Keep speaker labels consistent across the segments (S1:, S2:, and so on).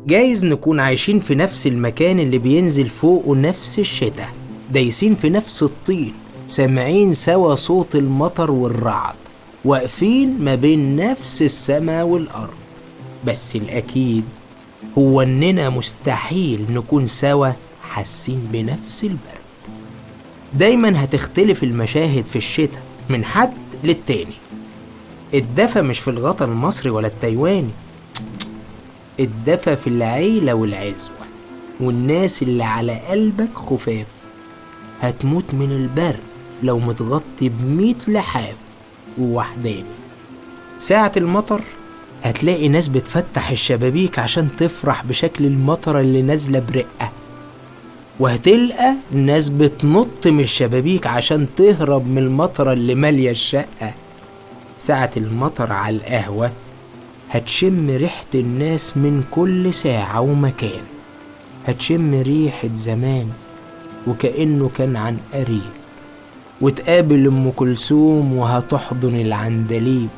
S1: جايز نكون عايشين في نفس المكان اللي بينزل فوقه نفس الشتاء، دايسين في نفس الطين، سامعين سوا صوت المطر والرعد، واقفين ما بين نفس السماء والأرض. بس الأكيد هو إننا مستحيل نكون سوا حاسين بنفس البرد. دايما هتختلف المشاهد في الشتاء من حد للتاني. الدفا مش في الغطا المصري ولا التايواني، الدفا في العيلة والعزوة والناس اللي على قلبك خفاف. هتموت من البرد لو متغطي ب100 لحاف ووحداني. ساعة المطر هتلاقي ناس بتفتح الشبابيك عشان تفرح بشكل المطرة اللي نازلة برقة، وهتلقى ناس بتنط من الشبابيك عشان تهرب من المطرة اللي مالية الشقة. ساعة المطر على القهوة هتشم ريحة الناس من كل ساعة ومكان، هتشم ريحة زمان وكأنه كان عن قريب، وتقابل أم كلثوم وهتحضن العندليب،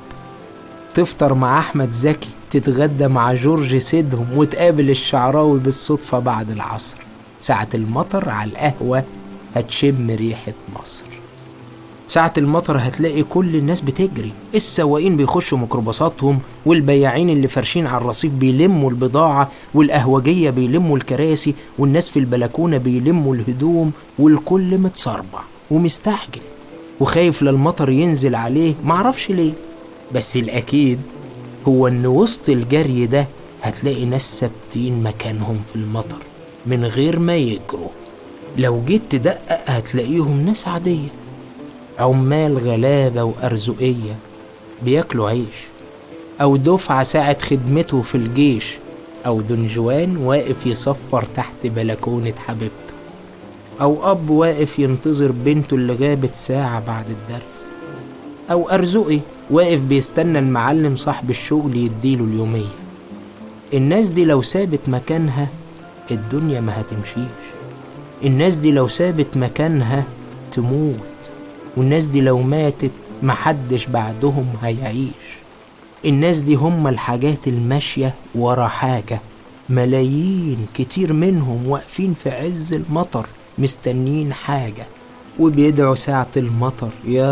S1: تفطر مع أحمد زكي، تتغدى مع جورج سيدهم، وتقابل الشعراوي بالصدفة بعد العصر. ساعة المطر على القهوة هتشم ريحة مصر. ساعة المطر هتلاقي كل الناس بتجري، السواقين بيخشوا ميكروباصاتهم، والبياعين اللي فرشين على الرصيف بيلموا البضاعة، والقهوجية بيلموا الكراسي، والناس في البلكونة بيلموا الهدوم، والكل متصربع ومستعجل وخايف للمطر ينزل عليه، معرفش ليه. بس الأكيد هو إن وسط الجري ده هتلاقي ناس ثابتين مكانهم في المطر من غير ما يجروا. لو جيت تدقق هتلاقيهم ناس عادية، عمال غلابة وأرزقية بياكلوا عيش، أو دفعة ساعة خدمته في الجيش، أو دنجوان واقف يصفر تحت بلكونة حبيبته، أو أب واقف ينتظر بنته اللي غابت ساعة بعد الدرس، أو أرزقي واقف بيستنى المعلم صاحب الشغل يديله اليومية. الناس دي لو سابت مكانها الدنيا ما هتمشيش، الناس دي لو سابت مكانها تموت، والناس دي لو ماتت محدش بعدهم هيعيش. الناس دي هم الحاجات الماشية ورا حاجة، ملايين كتير منهم واقفين في عز المطر مستنين حاجة، وبيدعوا ساعة المطر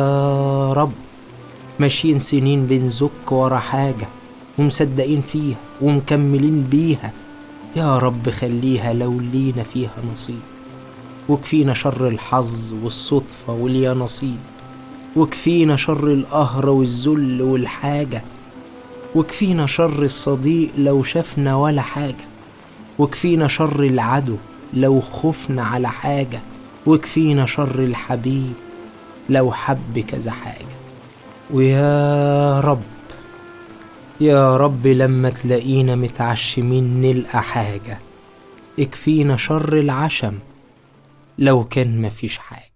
S1: يا رب. ماشيين سنين بنزك ورا حاجة ومصدقين فيها ومكملين بيها، يا رب خليها لو لينا فيها نصيب، وكفينا شر الحظ والصدفة واليانصيب، وكفينا شر القهر والذل والحاجة، وكفينا شر الصديق لو شافنا ولا حاجة، وكفينا شر العدو لو خفنا على حاجة، وكفينا شر الحبيب لو حب كذا حاجة. ويا رب يا رب لما تلاقينا متعشمين نلقى حاجة، اكفينا شر العشم لو كان مفيش حاجة.